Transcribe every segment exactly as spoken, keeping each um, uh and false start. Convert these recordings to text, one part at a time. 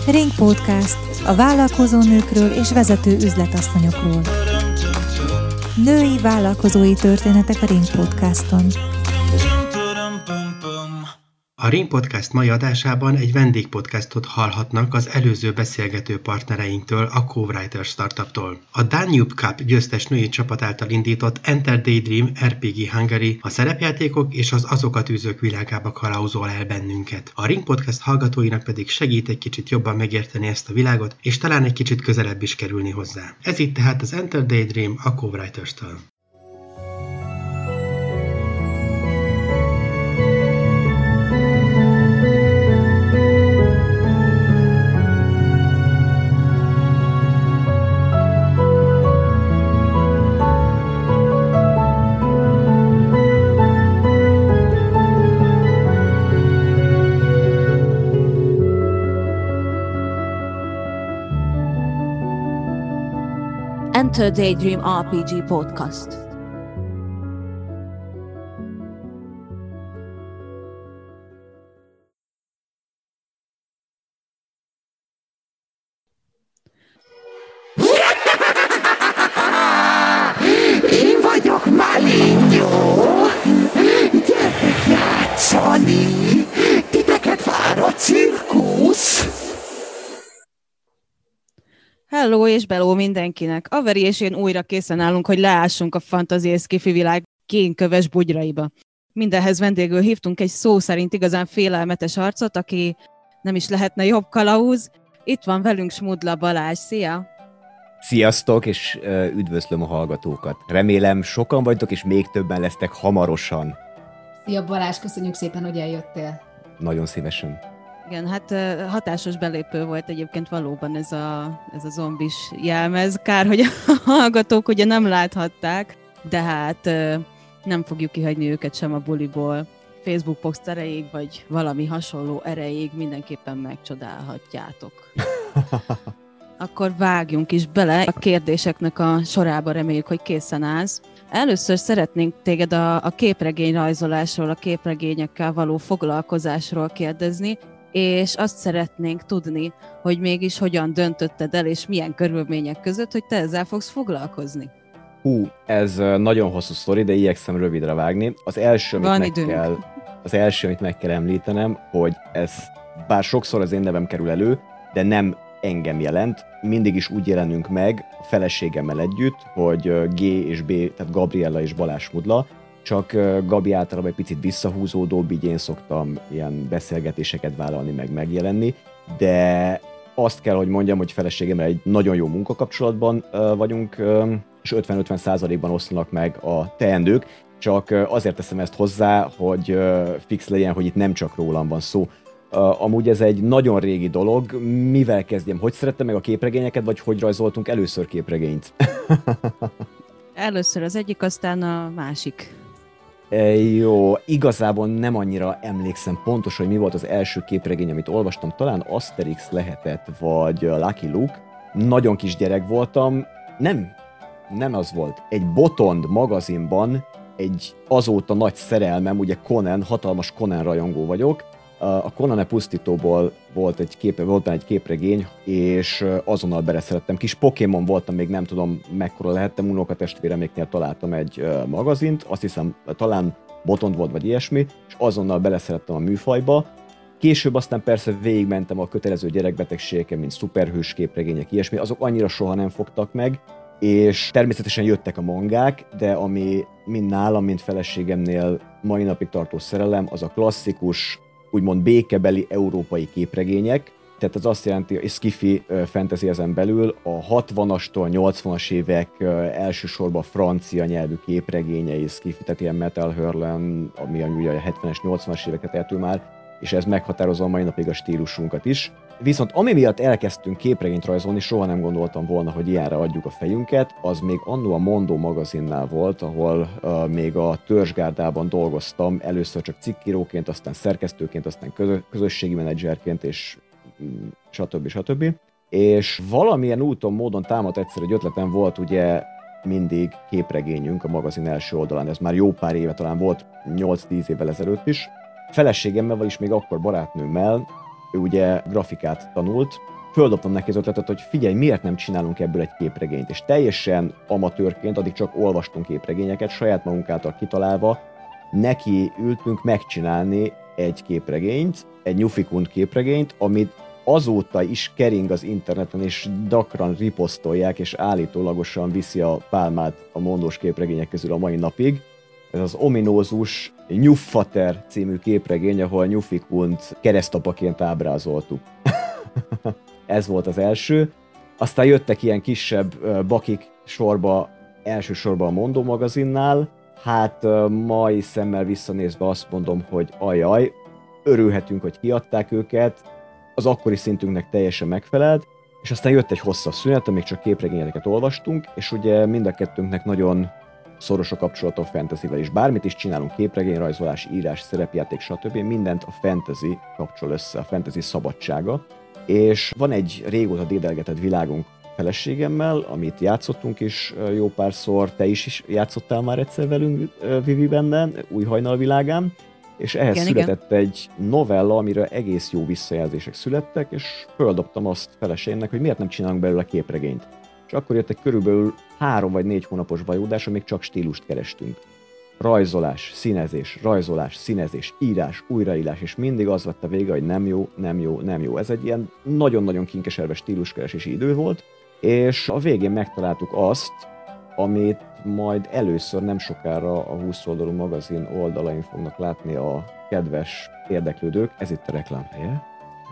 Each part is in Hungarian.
Ring Podcast a vállalkozó nőkről és vezető üzletasszonyokról. Női vállalkozói történetek a Ring Podcaston. A Ring Podcast mai adásában egy vendégpodcastot hallhatnak az előző beszélgető partnereinktől, a CoWriter startuptól. A Danube Cup győztes női csapat által indított Enter Daydream er pé gé Hungary a szerepjátékok és az azokat űzők világába kalauzol el bennünket. A Ring Podcast hallgatóinak pedig segít egy kicsit jobban megérteni ezt a világot, és talán egy kicsit közelebb is kerülni hozzá. Ez itt tehát az Enter Daydream a CoWriter-től. Enter Daydream er pé gé Podcast. Én vagyok Malinyó! Gyertek játszani! Titeket vár a cirkusz! Hello és beló mindenkinek! Averi és én újra készen állunk, hogy leássunk a fantasy és sci-fi világ kénköves bugyraiba. Mindenhez vendégül hívtunk egy szó szerint igazán félelmetes arcot, aki nem is lehetne jobb kalauz. Itt van velünk Smudla Balázs. Szia! Sziasztok, és uh, üdvözlöm a hallgatókat. Remélem sokan vagytok, és még többen lesztek hamarosan. Szia Balázs, köszönjük szépen, hogy eljöttél. Nagyon szívesen. Igen, hát hatásos belépő volt egyébként valóban ez a, ez a zombis jelmez. Kár, hogy a hallgatók ugye nem láthatták, de hát nem fogjuk kihagyni őket sem a buliból. Facebook poszt erejéig, vagy valami hasonló erejéig mindenképpen megcsodálhatjátok. Akkor vágjunk is bele a kérdéseknek a sorába, reméljük, hogy készen állsz. Először szeretnénk téged a, a képregény rajzolásról, a képregényekkel való foglalkozásról kérdezni, és azt szeretnénk tudni, hogy mégis hogyan döntötted el, és milyen körülmények között, hogy te ezzel fogsz foglalkozni. Hú, ez nagyon hosszú sztori, de igyekszem rövidre vágni. Az első, amit meg kell, az első, amit meg kell említenem, hogy ez bár sokszor az én nevem kerül elő, de nem engem jelent. Mindig is úgy jelenünk meg a feleségemmel együtt, hogy G és B, tehát Gabriella és Balázs Smudla, csak Gabi általában egy picit visszahúzódóbb, így én szoktam ilyen beszélgetéseket vállalni, meg megjelenni, de azt kell, hogy mondjam, hogy feleségemmel egy nagyon jó munkakapcsolatban vagyunk, és ötven-ötven százalékban oszlanak meg a teendők, csak azért teszem ezt hozzá, hogy fix legyen, hogy itt nem csak rólam van szó. Amúgy ez egy nagyon régi dolog, mivel kezdjem? Hogy szerettem meg a képregényeket, vagy hogy rajzoltunk először képregényt? Először az egyik, aztán a másik. E, jó, igazából nem annyira emlékszem pontosan, hogy mi volt az első képregény, amit olvastam. Talán Asterix lehetett, vagy Lucky Luke. Nagyon kis gyerek voltam. Nem, nem az volt. Egy Botond magazinban egy azóta nagy szerelmem, ugye Conan, hatalmas Conan rajongó vagyok. A Conan pusztítóból volt egy, kép, volt egy képregény, és azonnal beleszerettem. Kis Pokémon voltam, még nem tudom mekkora lehettem, unokatestvéremnéknél találtam egy magazint, azt hiszem talán Botond volt, vagy ilyesmi, és azonnal beleszerettem a műfajba. Később aztán persze végigmentem a kötelező gyerekbetegségeken, mint szuperhős képregények, ilyesmi, azok annyira soha nem fogtak meg, és természetesen jöttek a mangák, de ami mind nálam, mind feleségemnél mai napig tartó szerelem, az a klasszikus, úgymond békebeli európai képregények, tehát ez azt jelenti, hogy sci-fi fantasy ezen belül a hatvanastól nyolcvanas évek elsősorban francia nyelvű képregényei sci-fi, tehát ilyen Metal Hurlen, ami ugye a hetvenes, nyolcvanas éveket eltől már, és ez meghatározza a mai napig a stílusunkat is. Viszont ami miatt elkezdtünk képregényt rajzolni, soha nem gondoltam volna, hogy ilyenre adjuk a fejünket, az még annó a Mondó magazinnál volt, ahol uh, még a törzsgárdában dolgoztam, először csak cikkíróként, aztán szerkesztőként, aztán közö- közösségi menedzserként, és mm, stb. stb. És valamilyen úton, módon támadt egyszer egy ötletem volt, ugye mindig képregényünk a magazin első oldalán, ez már jó pár éve, talán volt nyolc-tíz évvel ezelőtt is. Feleségemmel, vagyis még akkor barátnőmmel, ő ugye grafikát tanult, földobtam neki az ötletet, hogy figyelj, miért nem csinálunk ebből egy képregényt, és teljesen amatőrként, addig csak olvastunk képregényeket, saját magunk által kitalálva, neki ültünk megcsinálni egy képregényt, egy Nyufikund képregényt, amit azóta is kering az interneten, és gyakran riposztolják, és állítólagosan viszi a pálmát a mondós képregények közül a mai napig. Ez az ominózus Nyuffater című képregény, ahol Nyufikund keresztapaként ábrázoltuk. Ez volt az első. Aztán jöttek ilyen kisebb bakik sorba, elsősorban a Mondó magazinnál. Hát mai szemmel visszanézve azt mondom, hogy ajaj, örülhetünk, hogy kiadták őket, az akkori szintünknek teljesen megfelelt, és aztán jött egy hosszabb szünet, amíg csak képregényeket olvastunk, és ugye mind a kettőnknek nagyon szoros a kapcsolat a fantasyvel is. Bármit is csinálunk, képregény, rajzolás, írás, szerepjáték, stb. Mindent a fantasy kapcsol össze, a fantasy szabadsága. És van egy régóta dédelgetett világunk feleségemmel, amit játszottunk is jó párszor, te is, is játszottál már egyszer velünk, Vivi, benne, Új hajnal világán, és ehhez igen, született igen. egy novella, amire egész jó visszajelzések születtek, és földobtam azt feleségemnek, hogy miért nem csinálunk belőle képregényt. És akkor jött egy körülbelül három vagy négy hónapos bajódás, amíg csak stílust kerestünk. Rajzolás, színezés, rajzolás, színezés, írás, újraírás, és mindig az lett a vége, hogy nem jó, nem jó, nem jó. Ez egy ilyen nagyon-nagyon kinkeserves stíluskeresési idő volt, és a végén megtaláltuk azt, amit majd először nem sokára a húsz oldalú magazin oldalain fognak látni a kedves érdeklődők. Ez itt a reklámhelye.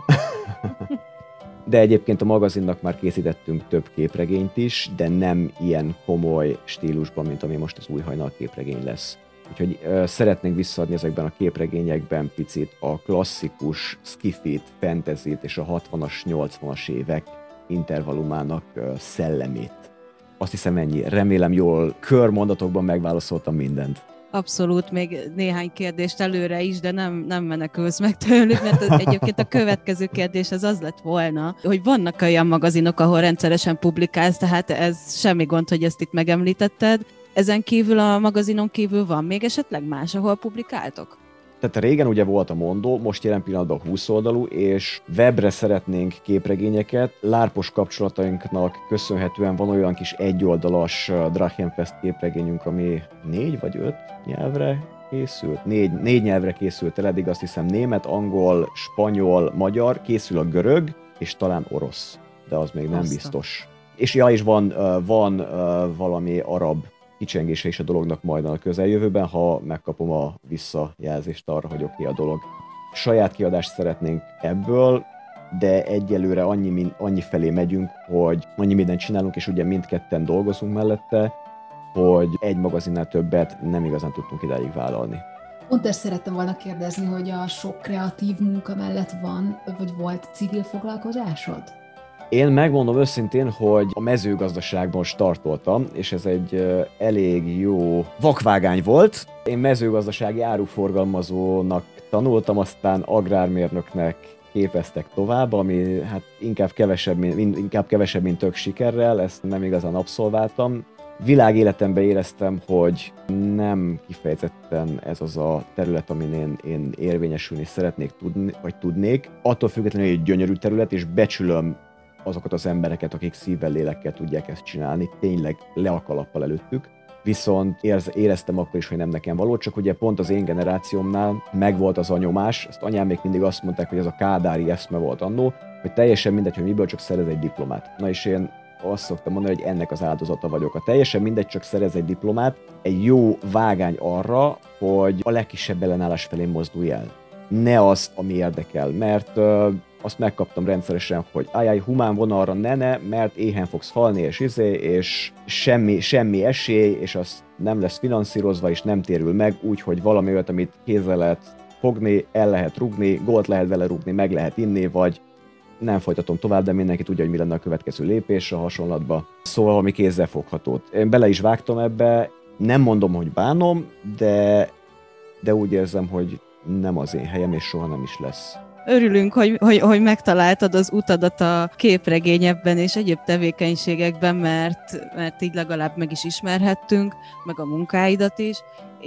De egyébként a magazinnak már készítettünk több képregényt is, de nem ilyen komoly stílusban, mint ami most az Új hajnal képregény lesz. Úgyhogy uh, szeretnénk visszaadni ezekben a képregényekben picit a klasszikus skifit, fantasyt és a hatvanas, nyolcvanas évek intervallumának uh, szellemét. Azt hiszem ennyi. Remélem jól körmondatokban megválaszoltam mindent. Abszolút, még néhány kérdést előre is, de nem, nem menekülsz meg tőlük, mert az, egyébként a következő kérdés az az lett volna, hogy vannak olyan magazinok, ahol rendszeresen publikálsz, tehát ez semmi gond, hogy ezt itt megemlítetted. Ezen kívül a magazinon kívül van még esetleg más, ahol publikáltok? Tehát régen ugye volt a Mondó, most jelen pillanatban húsz oldalú, és webre szeretnénk képregényeket. Lárpos kapcsolatainknak köszönhetően van olyan kis egyoldalas Drachenfest képregényünk, ami négy vagy öt nyelvre készült. Négy, négy nyelvre készült el eddig, azt hiszem német, angol, spanyol, magyar, készül a görög, és talán orosz, de az még nem Aztán. biztos. És ja, és van, van valami arab kicsengése is a dolognak majd a közeljövőben, ha megkapom a visszajelzést arra, hogy oké a dolog. Saját kiadást szeretnénk ebből, de egyelőre annyi, annyi felé megyünk, hogy annyi mindent csinálunk, és ugye mindketten dolgozunk mellette, hogy egy magazinnál többet nem igazán tudtunk idáig vállalni. Pont ezt szerettem volna kérdezni, hogy a sok kreatív munka mellett van, vagy volt civil foglalkozásod? Én megmondom őszintén, hogy a mezőgazdaságban startoltam, és ez egy elég jó vakvágány volt. Én mezőgazdasági áruforgalmazónak tanultam, aztán agrármérnöknek képeztek tovább, ami hát inkább kevesebb, mint, inkább kevesebb, mint tök sikerrel, ezt nem igazán abszolváltam. Világéletemben éreztem, hogy nem kifejezetten ez az a terület, amin én, én érvényesülni szeretnék tudni, vagy tudnék. Attól függetlenül egy gyönyörű terület, és becsülöm azokat az embereket, akik szívvel, lélekkel tudják ezt csinálni, tényleg le a kalappal előttük. Viszont érz, éreztem akkor is, hogy nem nekem való, csak ugye pont az én generációmnál megvolt az a nyomás, ezt anyám még mindig azt mondták, hogy ez a kádári eszme volt annó, hogy teljesen mindegy, hogy miből csak szerez egy diplomát. Na és én azt szoktam mondani, hogy ennek az áldozata vagyok. A teljesen mindegy, csak szerez egy diplomát, egy jó vágány arra, hogy a legkisebb ellenállás felé mozdulj el. Ne az, ami érdekel, mert uh, azt megkaptam rendszeresen, hogy ajaj, humán vonalra ne ne, mert éhen fogsz halni, és izé, és semmi, semmi esély, és az nem lesz finanszírozva, és nem térül meg, úgyhogy valami olyat, amit kézzel lehet fogni, el lehet rugni, gólt lehet vele rugni, meg lehet inni, vagy nem folytatom tovább, de mindenki tudja, hogy mi lenne a következő lépés a hasonlatba. Szóval valami kézzel foghatót. Én bele is vágtam ebbe, nem mondom, hogy bánom, de, de úgy érzem, hogy nem az én helyem, és soha nem is lesz. Örülünk, hogy, hogy, hogy megtaláltad az utadat a képregényebben és egyéb tevékenységekben, mert, mert így legalább meg is ismerhettünk, meg a munkáidat is,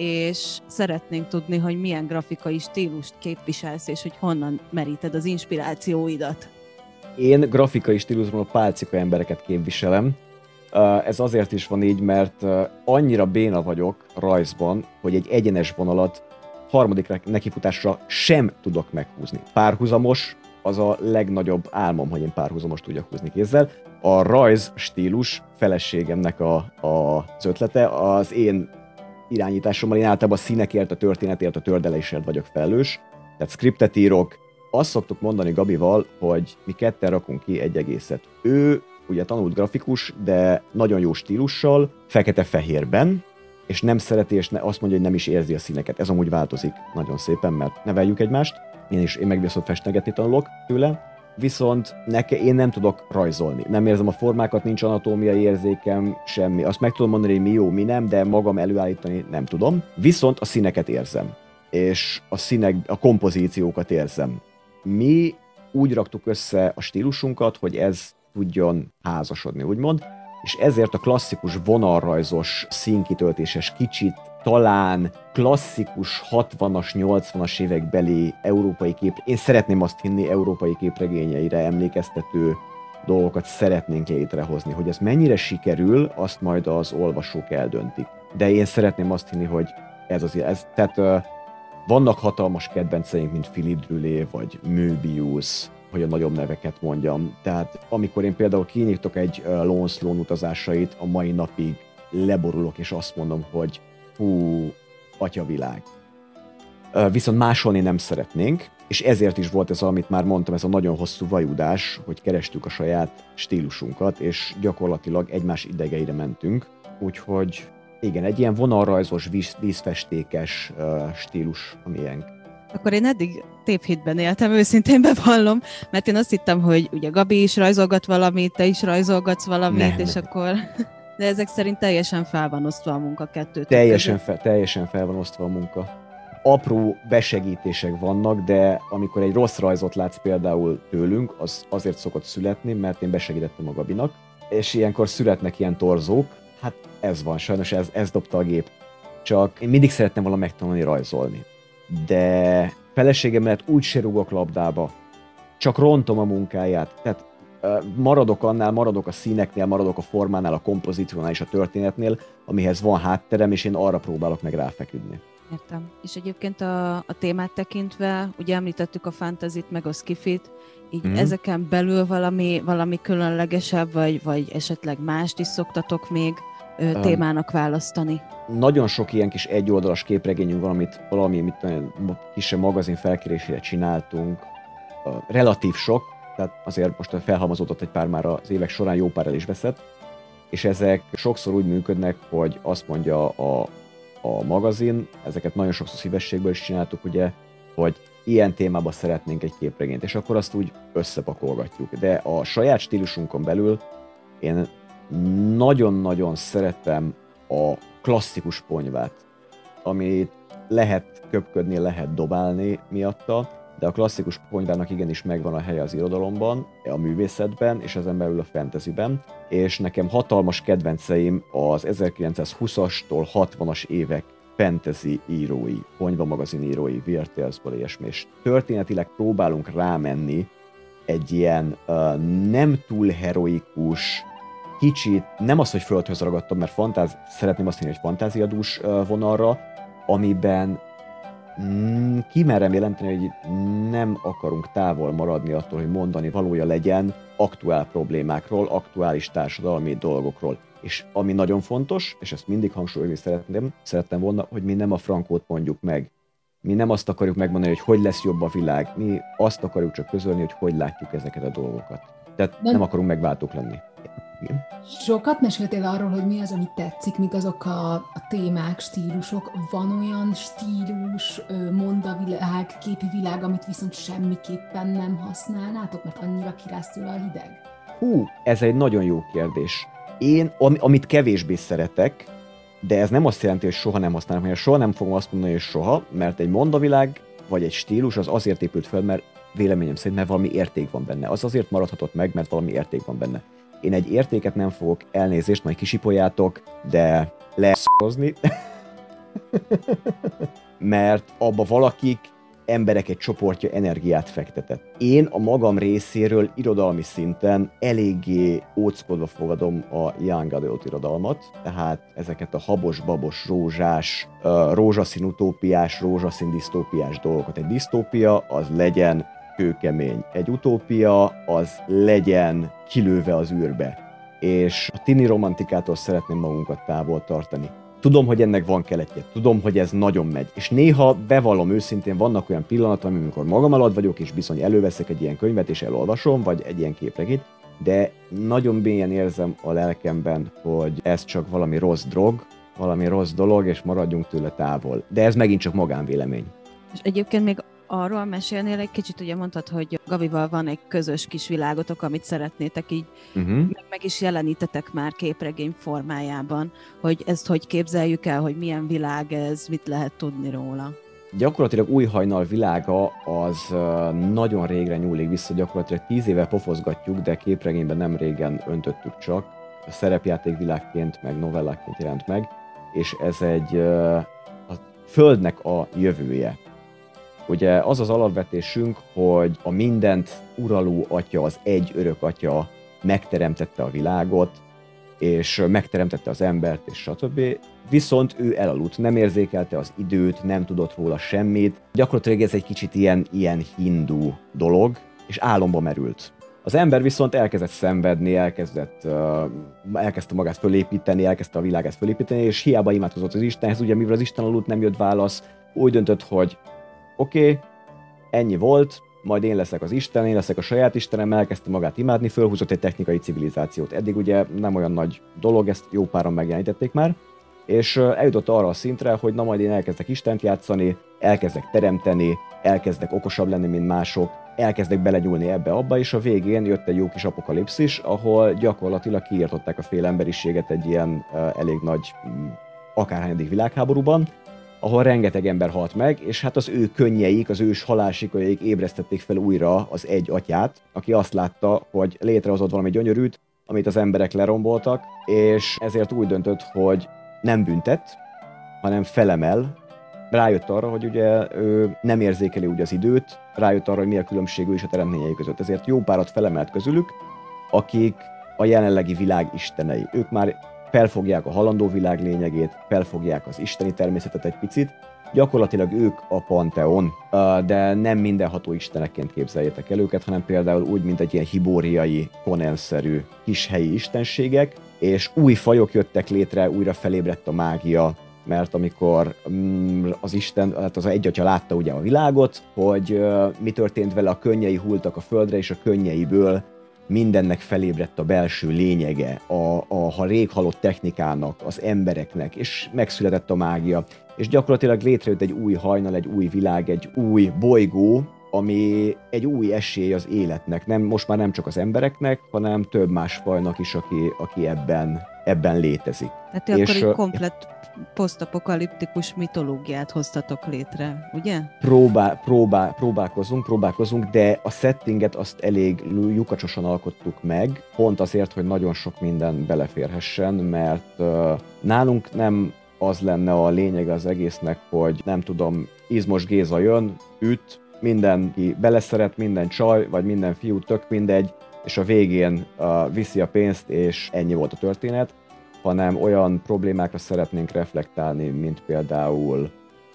és szeretnénk tudni, hogy milyen grafikai stílust képviselsz, és hogy honnan meríted az inspirációidat. én grafikai stílusban a pálcika embereket képviselem. Ez azért is van így, mert annyira béna vagyok rajzban, hogy egy egyenes vonalat harmadik nekifutásra sem tudok meghúzni. Párhuzamos, az a legnagyobb álmom, hogy én párhuzamos tudjak húzni kézzel. A rajz stílus feleségemnek a, a, az ötlete, az én irányításommal, én általában a színekért, a történetért, a tördelésért vagyok felelős. Tehát scriptet írok. Azt szoktuk mondani Gabival, hogy mi ketten rakunk ki egy egészet. Ő ugye tanult grafikus, de nagyon jó stílussal, fekete-fehérben, és nem szereti, és ne, azt mondja, hogy nem is érzi a színeket. Ez amúgy változik nagyon szépen, mert neveljük egymást. Én is, én meg viszont festegetni tanulok tőle. Viszont neke, én nem tudok rajzolni. Nem érzem a formákat, nincs anatómiai érzékem, semmi. Azt meg tudom mondani, hogy mi jó, mi nem, de magam előállítani nem tudom. Viszont a színeket érzem. És a színek, a kompozíciókat érzem. Mi úgy raktuk össze a stílusunkat, hogy ez tudjon házasodni, úgymond, és ezért a klasszikus vonalrajzos, színkitöltéses, kicsit talán klasszikus hatvanas, nyolcvanas évekbeli európai kép... Én szeretném azt hinni, európai képregényeire emlékeztető dolgokat szeretnénk létrehozni. Hogy ez mennyire sikerül, azt majd az olvasók eldöntik. De én szeretném azt hinni, hogy ez az... Ez, tehát uh, vannak hatalmas kedvenceink, mint Philippe Drulé, vagy Möbius, hogy a nagyobb neveket mondjam. Tehát amikor én például kinyitok egy uh, Lone Sloan utazásait, a mai napig leborulok, és azt mondom, hogy hú, atyavilág. Uh, viszont másolni nem szeretnénk, és ezért is volt ez, amit már mondtam, ez a nagyon hosszú vajudás, hogy kerestük a saját stílusunkat, és gyakorlatilag egymás idegeire mentünk. Úgyhogy igen, egy ilyen vonalrajzos, víz, vízfestékes uh, stílus a miénk. Akkor én eddig tévhitben éltem, őszintén bevallom, mert én azt hittem, hogy ugye Gabi is rajzolgat valamit, te is rajzolgatsz valamit, nem, és nem. Akkor... De ezek szerint teljesen fel van osztva a munka kettőt. Teljesen fel, teljesen fel van osztva a munka. Apró besegítések vannak, de amikor egy rossz rajzot látsz például tőlünk, az azért szokott születni, mert én besegítettem a Gabinak, és ilyenkor születnek ilyen torzók. Hát ez van, sajnos ez, ez dobta a gép. Csak én mindig szerettem volna megtanulni rajzolni. De feleségem mellett úgy se rúgok labdába, csak rontom a munkáját. Tehát maradok annál, maradok a színeknél, maradok a formánál, a kompozíciónál és a történetnél, amihez van hátterem, és én arra próbálok meg ráfeküdni. Értem. És egyébként a, a témát tekintve, ugye említettük a fantasyt, meg a skifit, így mm. ezeken belül valami, valami különlegesebb, vagy, vagy esetleg mást is szoktatok még ö, témának választani? Nagyon sok ilyen kis egyoldalas képregényünk van, amit valami mit, kisebb magazin felkérésére csináltunk. Relatív sok, tehát azért most felhalmozódott egy pár már az évek során, jó pár el is veszett, és ezek sokszor úgy működnek, hogy azt mondja a, a magazin, ezeket nagyon sokszor szívességből is csináltuk, ugye, hogy ilyen témában szeretnénk egy képregényt, és akkor azt úgy összepakolgatjuk. De a saját stílusunkon belül én nagyon-nagyon szeretem a klasszikus ponyvát, amit lehet köpködni, lehet dobálni miatta, de a klasszikus ponyvának igenis megvan a helye az irodalomban, a művészetben, és ezen belül a fantasyben, és nekem hatalmas kedvenceim az ezerkilencszázhúszastól hatvanas évek fantasy írói, ponyva magazin írói, Weird Tales-ból ilyesmi, és történetileg próbálunk rámenni egy ilyen uh, nem túl heroikus, kicsit, nem az, hogy földhöz ragadtam, mert fantáz, szeretném azt mondani, hogy fantáziadús uh, vonalra, amiben mm, kimerem jelenteni, hogy nem akarunk távol maradni attól, hogy mondani valója legyen aktuál problémákról, aktuális társadalmi dolgokról. És ami nagyon fontos, és ezt mindig hangsúlyozni szeretném, szerettem volna, hogy mi nem a frankót mondjuk meg. Mi nem azt akarjuk megmondani, hogy hogy lesz jobb a világ, mi azt akarjuk csak közölni, hogy hogy látjuk ezeket a dolgokat. Tehát nem, nem akarunk megváltók lenni. Igen. Sokat meséltél arról, hogy mi az, ami tetszik, mik azok a, a témák, stílusok. Van olyan stílus, mondavilág, képi világ, amit viszont semmiképpen nem használnátok, mert annyira kirász tőle a hideg? Hú, ez egy nagyon jó kérdés. Én, am, amit kevésbé szeretek, de ez nem azt jelenti, hogy soha nem használom, mert soha nem fogom azt mondani, hogy soha, mert egy mondavilág vagy egy stílus az azért épült fel, mert véleményem szerint, mert valami érték van benne. Az azért maradhatott meg, mert valami érték van benne. Én egy értéket nem fogok, elnézést, majd kisipoljátok, de leszorozni, mert abba valakik emberek egy csoportja energiát fektetett. Én a magam részéről irodalmi szinten eléggé óckodva fogadom a young adult irodalmat, tehát ezeket a habos-babos, rózsás, rózsaszín utópiás, rózsaszín disztópiás dolgokat. Egy disztópia az legyen kőkemény, egy utópia az legyen kilőve az űrbe, és a tini romantikától szeretném magunkat távol tartani. Tudom, hogy ennek van keletje, tudom, hogy ez nagyon megy, és néha bevallom őszintén, vannak olyan pillanatok, amikor magam alatt vagyok, és bizony előveszek egy ilyen könyvet, és elolvasom, vagy egy ilyen képregényt, de nagyon mélyen érzem a lelkemben, hogy ez csak valami rossz drog, valami rossz dolog, és maradjunk tőle távol. De ez megint csak magánvélemény. És egyébként még arról mesélnél egy kicsit, ugye mondtad, hogy Gabival van egy közös kis világotok, amit szeretnétek így, uh-huh. meg, meg is jelenítetek már képregény formájában, hogy ezt hogy képzeljük el, hogy milyen világ ez, mit lehet tudni róla. Gyakorlatilag Új hajnal világa az nagyon régre nyúlik vissza, gyakorlatilag tíz éve pofozgatjuk, de képregényben nem régen öntöttük csak, a szerepjátékvilágként, meg novellákként jelent meg, és ez egy a Földnek a jövője. Ugye az az alapvetésünk, hogy a mindent uraló atya, az egy örök atya megteremtette a világot, és megteremtette az embert, és stb. Viszont ő elaludt, nem érzékelte az időt, nem tudott róla semmit. Gyakorlatilag ez egy kicsit ilyen, ilyen hindu dolog, és álomba merült. Az ember viszont elkezdett szenvedni, elkezdett, uh, elkezdte magát fölépíteni, elkezdte a világát fölépíteni, és hiába imádkozott az Istenhez, ugye mivel az Isten aludt, nem jött válasz, úgy döntött, hogy oké, okay, ennyi volt, majd én leszek az Isten, én leszek a saját Istenem, elkezdte magát imádni, fölhúzott egy technikai civilizációt. Eddig ugye nem olyan nagy dolog, ezt jó páran megjelenítették már, és eljutott arra a szintre, hogy na majd én elkezdek Istent játszani, elkezdek teremteni, elkezdek okosabb lenni, mint mások, elkezdek belegyúlni ebbe-abba, és a végén jött egy jó kis apokalipszis, ahol gyakorlatilag kiirtották a fél emberiséget egy ilyen uh, elég nagy, um, akárhányadik világháborúban, ahol rengeteg ember halt meg, és hát az ő könnyeik, az ős halálsikolyaik ébresztették fel újra az egy atyát, aki azt látta, hogy létrehozott valami gyönyörűt, amit az emberek leromboltak, és ezért úgy döntött, hogy nem büntet, hanem felemel. Rájött arra, hogy ugye ő nem érzékeli úgy az időt, rájött arra, hogy mi a különbség ő és a teremtményei között. Ezért jó párat felemelt közülük, akik a jelenlegi világ istenei. Ők már felfogják a halandó világ lényegét, felfogják az isteni természetet egy picit. Gyakorlatilag ők a panteon, de nem mindenható istenekként képzeljétek el őket, hanem például úgy, mint egy ilyen hibóriai, Conan-szerű kis helyi istenségek, és új fajok jöttek létre, újra felébredt a mágia, mert amikor mm, az Isten, hát az egy atya látta ugye a világot, hogy uh, mi történt vele, a könnyei hultak a földre, és a könnyeiből mindennek felébredt a belső lényege, a, a ha rég halott technikának, az embereknek, és megszületett a mágia, és gyakorlatilag létrejött egy új hajnal, egy új világ, egy új bolygó, ami egy új esély az életnek, nem, most már nem csak az embereknek, hanem több más fajnak is, aki, aki ebben, ebben létezik. Tehát és akkor egy komplett posztapokaliptikus mitológiát hoztatok létre, ugye? Próbál, próbál, próbálkozunk, próbálkozunk, de a settinget azt elég lyukacsosan alkottuk meg, pont azért, hogy nagyon sok minden beleférhessen, mert uh, nálunk nem az lenne a lényeg az egésznek, hogy nem tudom, Izmos Géza jön, üt, mindenki beleszeret, minden csaj, vagy minden fiú, tök mindegy, és a végén uh, viszi a pénzt, és ennyi volt a történet, hanem olyan problémákra szeretnénk reflektálni, mint például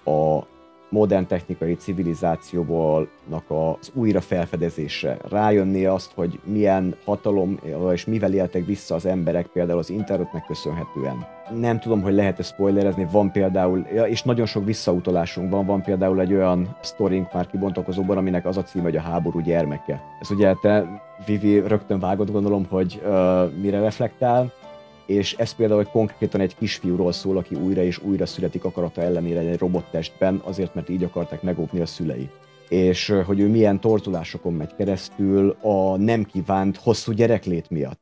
a modern technikai civilizációból az újra felfedezésre. Rájönni azt, hogy milyen hatalom és mivel éltek vissza az emberek például az internetnek köszönhetően. Nem tudom, hogy lehet-e spoilerezni, van például, és nagyon sok visszautolásunk van, van például egy olyan sztorink már kibontakozóban, aminek az a cím, hogy a háború gyermeke. Ez ugye te, Vivi, rögtön vágod, gondolom, hogy uh, mire reflektál, és ez például konkrétan egy kisfiúról szól, aki újra és újra születik akarata ellenére egy robottestben, azért, mert így akarták megóvni a szülei. És hogy ő milyen torzulásokon megy keresztül a nem kívánt hosszú gyereklét miatt.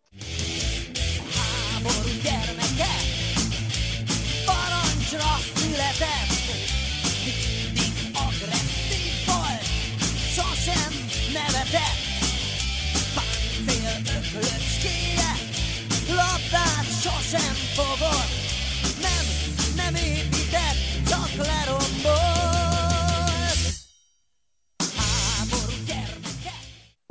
Háború gyermeke, parancsra született, mindig agresszív volt, sosem nevetett, páncél öklöcskéje, labdát sosem fogott, nem, nem épített, csak lerombolt.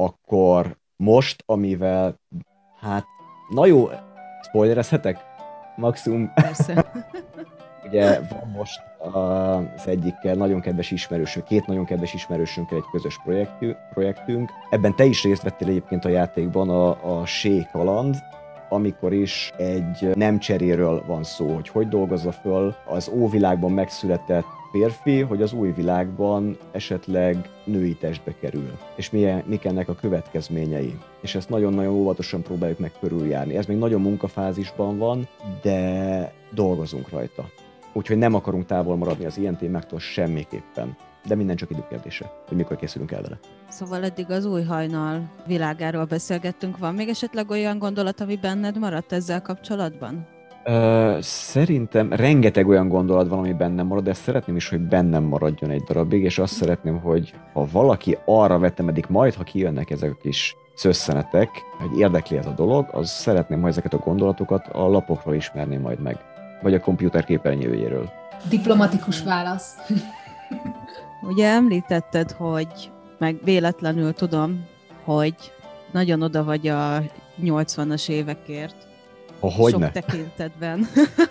akkor most, amivel, hát, na jó, spoilerezhetek? Maximum. Persze. Ugye van most az egyikkel nagyon kedves ismerősünk, két nagyon kedves ismerősünkkel egy közös projektünk, projektünk. Ebben te is részt vettél egyébként a játékban, a, a Sé kaland, amikor is egy nem cseréről van szó, hogy hogy dolgozza föl az óvilágban megszületett férfi, hogy az új világban esetleg női testbe kerül, és milyen, mik ennek a következményei. És ezt nagyon-nagyon óvatosan próbáljuk meg körüljárni. Ez még nagyon munkafázisban van, de dolgozunk rajta. Úgyhogy nem akarunk távol maradni az ilyen témáktól semmiképpen. De minden csak időkérdése, hogy mikor készülünk el vele. Szóval eddig az új hajnal világáról beszélgettünk. Van még esetleg olyan gondolat, ami benned maradt ezzel kapcsolatban? Ö, szerintem rengeteg olyan gondolat van, ami bennem marad, de szeretném is, hogy bennem maradjon egy darabig, és azt szeretném, hogy ha valaki arra vetemedik majd, ha kijönnek ezek a kis szösszenetek, hogy érdekli ez a dolog, az szeretném, hogy ezeket a gondolatokat a lapokról ismerni majd meg, vagy a komputer képernyőjéről. Diplomatikus válasz. Ugye említetted, hogy meg véletlenül tudom, hogy nagyon oda vagy a nyolcvanas évekért. Ha hogyne. Sok tekintetben.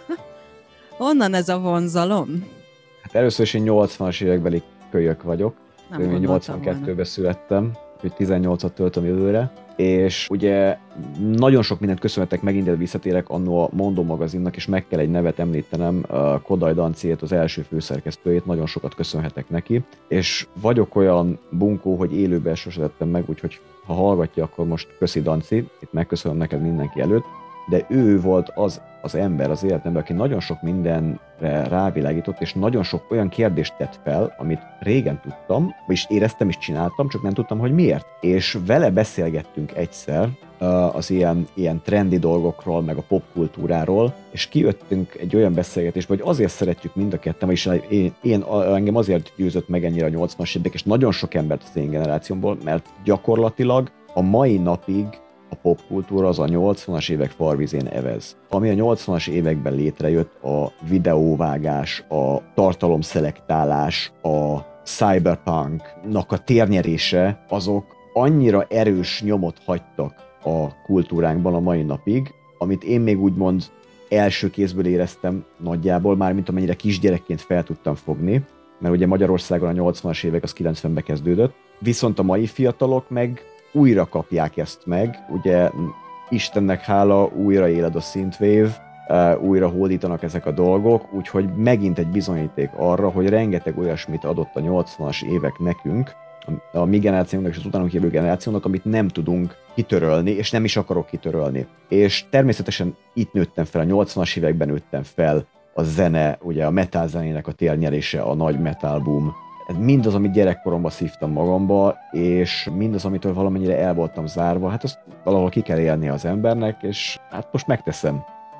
Honnan ez a vonzalom? Hát először is én nyolcvanas évekbeli kölyök vagyok. Nem én nyolcvankettőben születtem, hogy tizennyolcat töltöm jövőre. És ugye nagyon sok mindent köszönhetek, megint el visszatérek annó a Mondó magazinnak, és meg kell egy nevet említenem, Kodály Danciét, az első főszerkesztőjét, nagyon sokat köszönhetek neki. És vagyok olyan bunkó, hogy élőben sose tettem meg, úgyhogy ha hallgatja, akkor most köszi Danci, itt megköszönöm neked mindenki előtt. De ő volt az az ember az életemben, aki nagyon sok mindenre rávilágított, és nagyon sok olyan kérdést tett fel, amit régen tudtam, vagyis éreztem és csináltam, csak nem tudtam, hogy miért. És vele beszélgettünk egyszer az ilyen, ilyen trendi dolgokról, meg a popkultúráról, és kijöttünk egy olyan beszélgetésbe, hogy azért szeretjük mind a ketten, vagyis én, én, engem azért győzött meg ennyire a nyolcvanas évek, és nagyon sok embert az én generációmból, mert gyakorlatilag a mai napig a popkultúra az a nyolcvanas évek farvizén evez. Ami a nyolcvanas években létrejött, a videóvágás, a tartalomszelektálás, a cyberpunknak a térnyerése, azok annyira erős nyomot hagytak a kultúránkban a mai napig, amit én még úgymond első kézből éreztem nagyjából, mármint amennyire kisgyerekként fel tudtam fogni, mert ugye Magyarországon a nyolcvanas évek az kilencvenben kezdődött, viszont a mai fiatalok meg újra kapják ezt meg, ugye Istennek hála, újra éled a synthwave, újra hódítanak ezek a dolgok, úgyhogy megint egy bizonyíték arra, hogy rengeteg olyasmit adott a nyolcvanas évek nekünk, a mi generációnak és az utánunk jövő generációnak, amit nem tudunk kitörölni, és nem is akarok kitörölni. És természetesen itt nőttem fel, a nyolcvanas években nőttem fel, a zene, ugye a metal zenének a térnyerése, a nagy metal boom, mindaz, amit gyerekkoromban szívtam magamba, és mindaz, amitől valamennyire el voltam zárva, hát azt valahol ki kell élni az embernek, és hát most megteszem.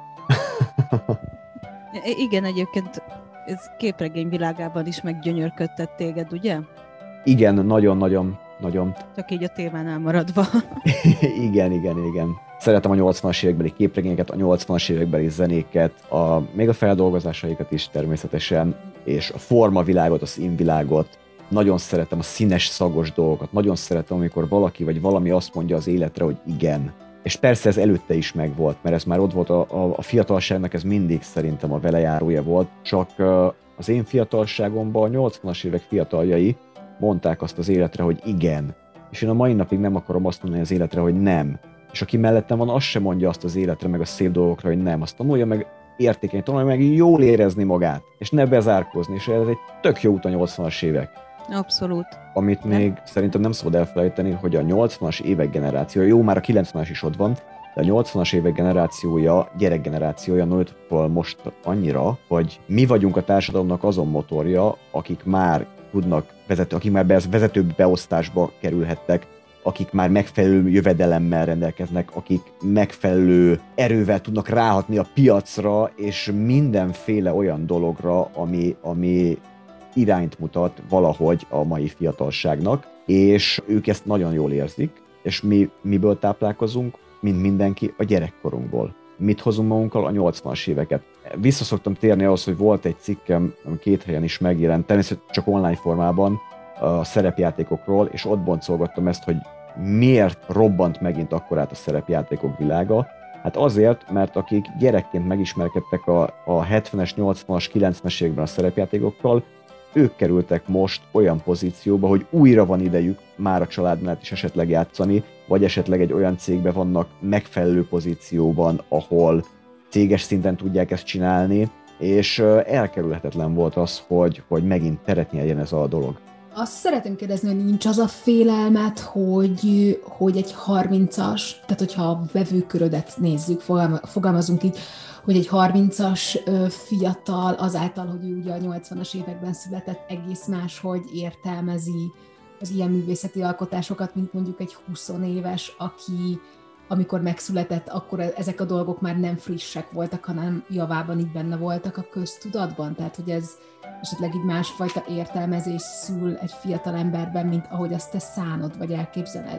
Igen, egyébként ez képregény világában is meggyönyörködtett téged, ugye? Igen, nagyon-nagyon, nagyon. Csak így a témánál maradva. igen, igen, igen. Szeretem a nyolcvanas évekbeli képregényeket, a nyolcvanas évekbeli zenéket, a, még a feldolgozásaikat is természetesen, és a formavilágot, a színvilágot. Nagyon szeretem a színes, szagos dolgokat. Nagyon szeretem, amikor valaki vagy valami azt mondja az életre, hogy igen. És persze ez előtte is megvolt, mert ez már ott volt a, a, a fiatalságnak, ez mindig szerintem a velejárója volt, csak az én fiatalságomban a nyolcvanas évek fiataljai mondták azt az életre, hogy igen. És én a mai napig nem akarom azt mondani az életre, hogy nem. És aki mellettem van, az sem mondja azt az életre, meg a szép dolgokra, hogy nem. Azt tanulja meg értékeny, tanulja meg jól érezni magát, és ne bezárkózni, és ez egy tök jó út a nyolcvanas évek. Abszolút. Amit még nem. Szerintem nem szabad elfelejteni, hogy a nyolcvanas évek generációja, jó, már a kilencvenes is ott van, de a nyolcvanas évek generációja, gyerekgenerációja nőtt fel most annyira, hogy mi vagyunk a társadalomnak azon motorja, akik már tudnak vezető, akik már vezető beosztásba kerülhettek, akik már megfelelő jövedelemmel rendelkeznek, akik megfelelő erővel tudnak ráhatni a piacra, és mindenféle olyan dologra, ami, ami irányt mutat valahogy a mai fiatalságnak, és ők ezt nagyon jól érzik, és mi miből táplálkozunk, mint mindenki, a gyerekkorunkból. Mit hozunk magunkkal? A nyolcvanas éveket. Vissza szoktam térni ahhoz, hogy volt egy cikkem, ami két helyen is megjelent, természetesen csak online formában, a szerepjátékokról, és ott boncolgattam ezt, hogy miért robbant megint akkorát a szerepjátékok világa? Hát azért, mert akik gyerekként megismerkedtek a, a hetvenes, nyolcvanas, kilencvenes években a szerepjátékokkal, ők kerültek most olyan pozícióba, hogy újra van idejük már a család mellett is esetleg játszani, vagy esetleg egy olyan cégben vannak megfelelő pozícióban, ahol céges szinten tudják ezt csinálni, és elkerülhetetlen volt az, hogy, hogy megint teret nyerjen ez a dolog. Azt szeretném kérdezni, hogy nincs az a félelmet, hogy, hogy egy harmincas, tehát hogyha a vevőkörödet nézzük, fogalmazunk így, hogy egy harmincas fiatal azáltal, hogy ő ugye a nyolcvanas években született, egész máshogy értelmezi az ilyen művészeti alkotásokat, mint mondjuk egy húsz éves, aki amikor megszületett, akkor ezek a dolgok már nem frissek voltak, hanem javában így benne voltak a köztudatban. Tehát, hogy ez esetleg így másfajta értelmezés szül egy fiatal emberben, mint ahogy azt te szánod, vagy elképzeled.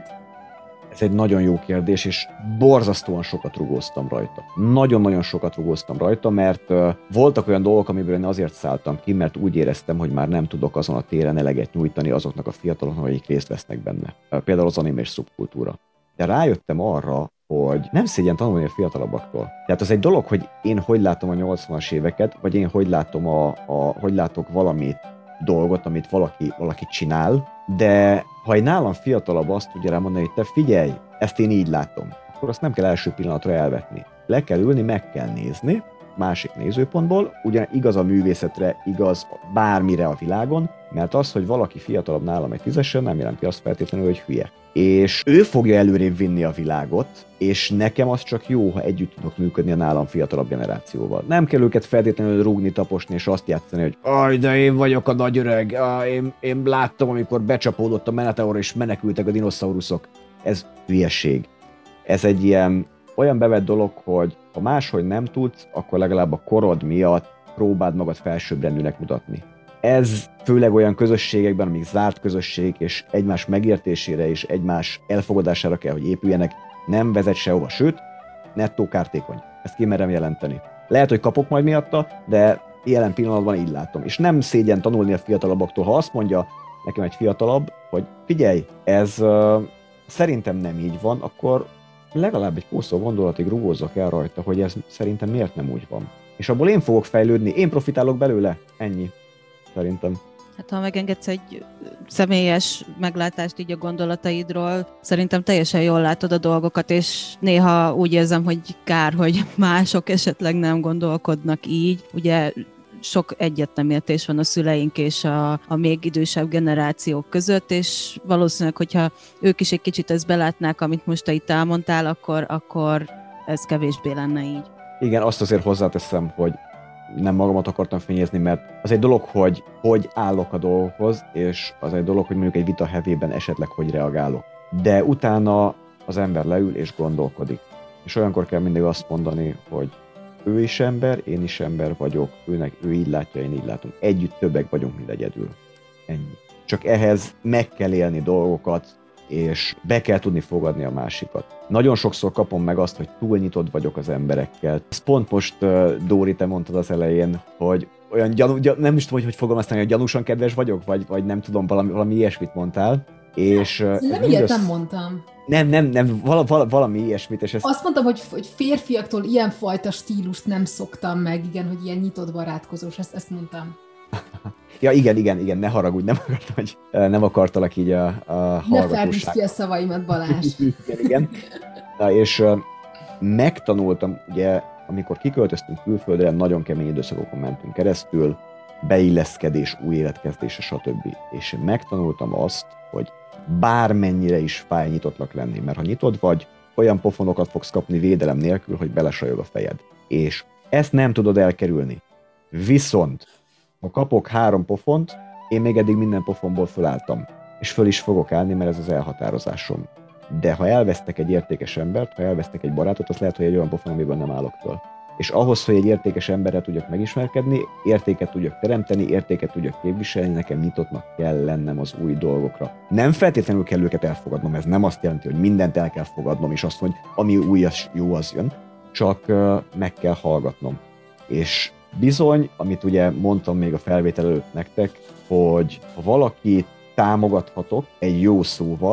Ez egy nagyon jó kérdés, és borzasztóan sokat rugóztam rajta. Nagyon-nagyon sokat rugóztam rajta, mert uh, voltak olyan dolgok, amiből én azért szálltam ki, mert úgy éreztem, hogy már nem tudok azon a téren eleget nyújtani azoknak a fiataloknak, akik részt vesznek benne. Uh, például az anime és szubkultúra. De rájöttem arra, hogy nem szégyen tanulni a fiatalabbaktól. Tehát az egy dolog, hogy én hogy látom a nyolcvanas éveket, vagy én hogy látom, a, a, hogy látok valami dolgot, amit valaki, valaki csinál, de ha egy nálam fiatalabb azt tudja rá mondani, hogy te figyelj, ezt én így látom, akkor azt nem kell első pillanatra elvetni. Le kell ülni, meg kell nézni, másik nézőpontból, ugyan igaz a művészetre, igaz bármire a világon, mert az, hogy valaki fiatalabb nálam egy tízesen, nem jelenti azt feltétlenül, hogy hülye. És ő fogja előrébb vinni a világot, és nekem az csak jó, ha együtt tudok működni a nálam fiatalabb generációval. Nem kell őket feltétlenül rúgni, taposni, és azt játszani, hogy aj, de én vagyok a nagy öreg, ah, én, én láttam, amikor becsapódott a Meteor, és menekültek a dinoszauruszok. Ez hülyeség. Ez egy ilyen olyan bevett dolog, hogy ha máshogy nem tudsz, akkor legalább a korod miatt próbáld magad felsőbbrendűnek mutatni. Ez főleg olyan közösségekben, amik zárt közösség, és egymás megértésére és egymás elfogadására kell, hogy épüljenek, nem vezet sehova, sőt, nettó kártékony. Ezt kimerem jelenteni. Lehet, hogy kapok majd miatta, de jelen pillanatban így látom. És nem szégyen tanulni a fiatalabbaktól, ha azt mondja nekem egy fiatalabb, hogy figyelj, ez uh, szerintem nem így van, akkor legalább egy kószó gondolatig rugózzak el rajta, hogy ez szerintem miért nem úgy van. És abból én fogok fejlődni, én profitálok belőle, ennyi. Szerintem. Hát ha megengedsz egy személyes meglátást így a gondolataidról, szerintem teljesen jól látod a dolgokat, és néha úgy érzem, hogy kár, hogy mások esetleg nem gondolkodnak így. Ugye sok egyetlenértés van a szüleink és a, a még idősebb generációk között, és valószínűleg, hogyha ők is egy kicsit ezt belátnák, amit most te itt elmondtál, akkor, akkor ez kevésbé lenne így. Igen, azt azért hozzáteszem, hogy nem magamat akartam fényezni, mert az egy dolog, hogy hogy állok a dolgokhoz, és az egy dolog, hogy mondjuk egy vita hevében esetleg hogy reagálok. De utána az ember leül és gondolkodik. És olyankor kell mindig azt mondani, hogy ő is ember, én is ember vagyok, őnek, ő így látja, én így látom. Együtt többek vagyunk, mint egyedül. Ennyi. Csak ehhez meg kell élni dolgokat, és be kell tudni fogadni a másikat. Nagyon sokszor kapom meg azt, hogy túl nyitott vagyok az emberekkel. Ezt pont most, uh, Dóri, te mondtad az elején, hogy olyan gyanú, gyan, nem is tudom, hogy hogy fogalmazni, hogy gyanúsan kedves vagyok, vagy, vagy nem tudom, valami, valami ilyesmit mondtál. És, uh, nem ilyet össz... nem mondtam. Nem, nem, nem, val- val- valami ilyesmit. És ezt... Azt mondtam, hogy, hogy férfiaktól ilyenfajta stílust nem szoktam meg, igen, hogy ilyen nyitott barátkozós, ezt, ezt mondtam. Ja, igen, igen, igen, ne haragudj, nem akartam, hogy nem akartalak így a, a hallgatóság. Ne ferdítsd ki a szavaimat, Balázs. igen, igen. Na, és uh, megtanultam, ugye, amikor kiköltöztünk külföldre, nagyon kemény időszakokon mentünk keresztül, beilleszkedés, új életkezdése, stb. És megtanultam azt, hogy bármennyire is fáj nyitottnak lenni, mert ha nyitott vagy, olyan pofonokat fogsz kapni védelem nélkül, hogy belesajog a fejed. És ezt nem tudod elkerülni. Viszont ha kapok három pofont, én még eddig minden pofonból fölálltam. És föl is fogok állni, mert ez az elhatározásom. De ha elvesztek egy értékes embert, ha elvesztek egy barátot, az lehet, hogy egy olyan pofon, amiben nem állok föl. És ahhoz, hogy egy értékes emberrel tudjak megismerkedni, értéket tudjak teremteni, értéket tudjak képviselni, nekem nyitottnak kell lennem az új dolgokra. Nem feltétlenül kell őket elfogadnom, ez nem azt jelenti, hogy mindent el kell fogadnom, és azt, hogy ami új, az jó, az jön, csak uh, meg kell hallgatnom. És bizony, amit ugye mondtam még a felvétel előtt nektek, hogy ha valakit támogathatok egy jó szóval,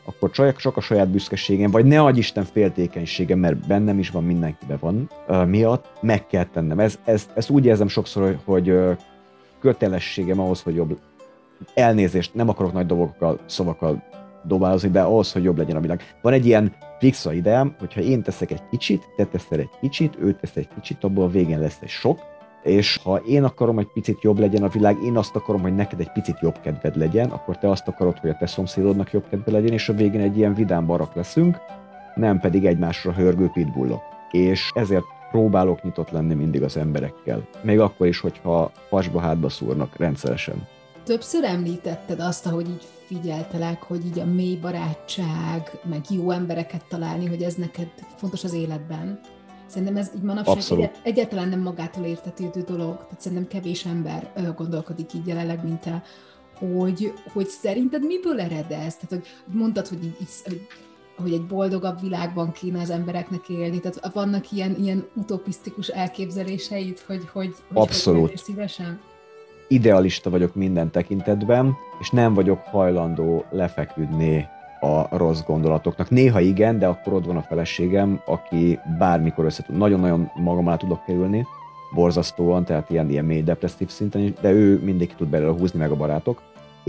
akkor csak, csak a saját büszkeségem, vagy ne adj Isten féltékenységem, mert bennem is van, mindenkiben van, uh, miatt meg kell tennem. Ez, ez, ezt úgy érzem sokszor, hogy, hogy uh, kötelességem ahhoz, hogy jobb elnézést, nem akarok nagy dolgokkal, szavakkal dobálózni, de ahhoz, hogy jobb legyen a világ. Van egy ilyen fixa ideám, hogyha én teszek egy kicsit, te teszel egy kicsit, ő tesz egy kicsit, abból a végén lesz egy sok, és ha én akarom, hogy picit jobb legyen a világ, én azt akarom, hogy neked egy picit jobb kedved legyen, akkor te azt akarod, hogy a te szomszédodnak jobb kedve legyen, és a végén egy ilyen vidám barak leszünk, nem pedig egymásra hörgő pitbullok. És ezért próbálok nyitott lenni mindig az emberekkel. Még akkor is, hogyha fasba hátba szúrnak rendszeresen. Többször említetted azt, ahogy így figyeltelek, hogy így a mély barátság, meg jó embereket találni, hogy ez neked fontos az életben. Szerintem ez így manapság egy, egyáltalán nem magától értetődő dolog. Tehát szerintem kevés ember gondolkodik így jelenleg, mint te, hogy, hogy szerinted miből ered ez? Tehát, hogy mondtad, hogy, így, hogy, hogy egy boldogabb világban kéne az embereknek élni. Tehát vannak ilyen, ilyen utopisztikus elképzeléseid, hogy, hogy, hogy abszolút. Szívesen? Idealista vagyok minden tekintetben, és nem vagyok hajlandó lefeküdni a rossz gondolatoknak. Néha igen, de akkor ott van a feleségem, aki bármikor össze tud. Nagyon-nagyon magam alá tudok kerülni, borzasztóan, tehát ilyen, ilyen mély depresszív szinten, de ő mindig tud belőle húzni, meg a barátok.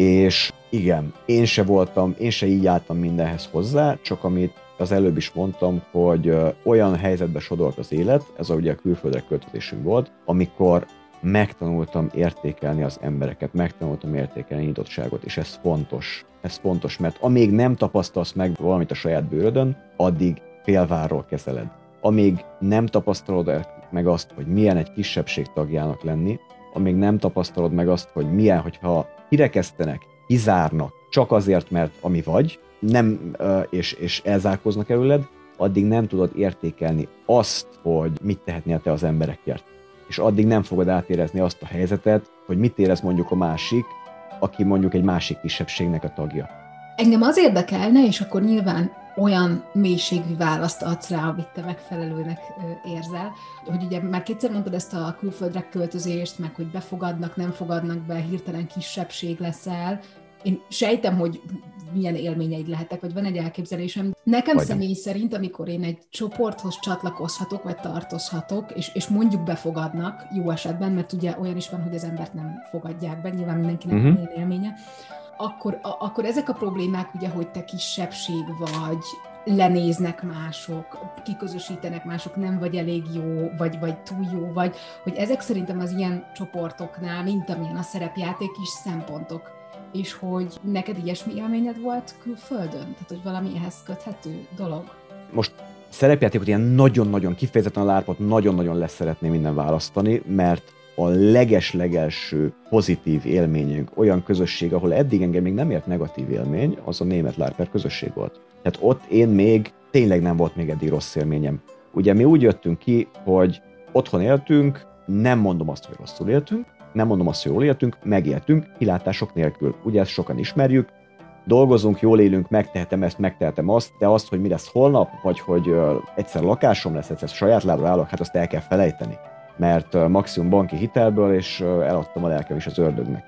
És igen, én se voltam, én se így álltam mindenhez hozzá, csak amit az előbb is mondtam, hogy olyan helyzetbe sodort az élet, ez a ugye a külföldre költözésünk volt, amikor megtanultam értékelni az embereket, megtanultam értékelni a nyitottságot, és ez fontos. Ez fontos, mert amíg nem tapasztalsz meg valamit a saját bőrödön, addig félvárról kezeled. Amíg nem tapasztalod meg azt, hogy milyen egy kisebbség tagjának lenni, amíg nem tapasztalod meg azt, hogy milyen, hogyha kirekesztenek, kizárnak, csak azért, mert ami vagy, nem, és, és elzárkóznak előled, addig nem tudod értékelni azt, hogy mit tehetnél te az emberekért. És addig nem fogod átérezni azt a helyzetet, hogy mit érez mondjuk a másik, aki mondjuk egy másik kisebbségnek a tagja. Engem az érdekelne, és akkor nyilván olyan mélységű választ adsz rá, amit te megfelelőnek érzel, hogy ugye már kétszer mondtad ezt a külföldre költözést, meg hogy befogadnak, nem fogadnak be, hirtelen kisebbség leszel. Én sejtem, hogy milyen élményeid lehetek, vagy van egy elképzelésem. Nekem vagy személy szerint, amikor én egy csoporthoz csatlakozhatok, vagy tartozhatok, és, és mondjuk befogadnak, jó esetben, mert ugye olyan is van, hogy az embert nem fogadják be, nyilván mindenkinek uh-huh. milyen élménye, akkor, a, akkor ezek a problémák, ugye, hogy te kisebbség vagy, lenéznek mások, kiközösítenek mások, nem vagy elég jó, vagy, vagy túl jó, vagy hogy ezek szerintem az ilyen csoportoknál, mint amilyen a szerepjáték is szempontok. És hogy neked ilyesmi élményed volt külföldön? Tehát, hogy valami ehhez köthető dolog? Most szerepjátékot ilyen nagyon-nagyon kifejezetten a lárpot nagyon-nagyon lesz szeretném innen választani, mert a leges-legelső pozitív élményünk, olyan közösség, ahol eddig engem még nem ért negatív élmény, az a német lárper közösség volt. Tehát ott én még, tényleg nem volt még eddig rossz élményem. Ugye mi úgy jöttünk ki, hogy otthon éltünk, nem mondom azt, hogy rosszul éltünk, nem mondom azt, hogy jól éltünk, megéltünk, kilátások nélkül. Ugye ezt sokan ismerjük, dolgozunk, jól élünk, megtehetem ezt, megtehetem azt, de azt, hogy mi lesz holnap, vagy hogy uh, egyszer lakásom lesz, egyszer saját lábra állok, hát azt el kell felejteni. Mert uh, maximum banki hitelből, és uh, eladtam a lelkem is az ördögnek.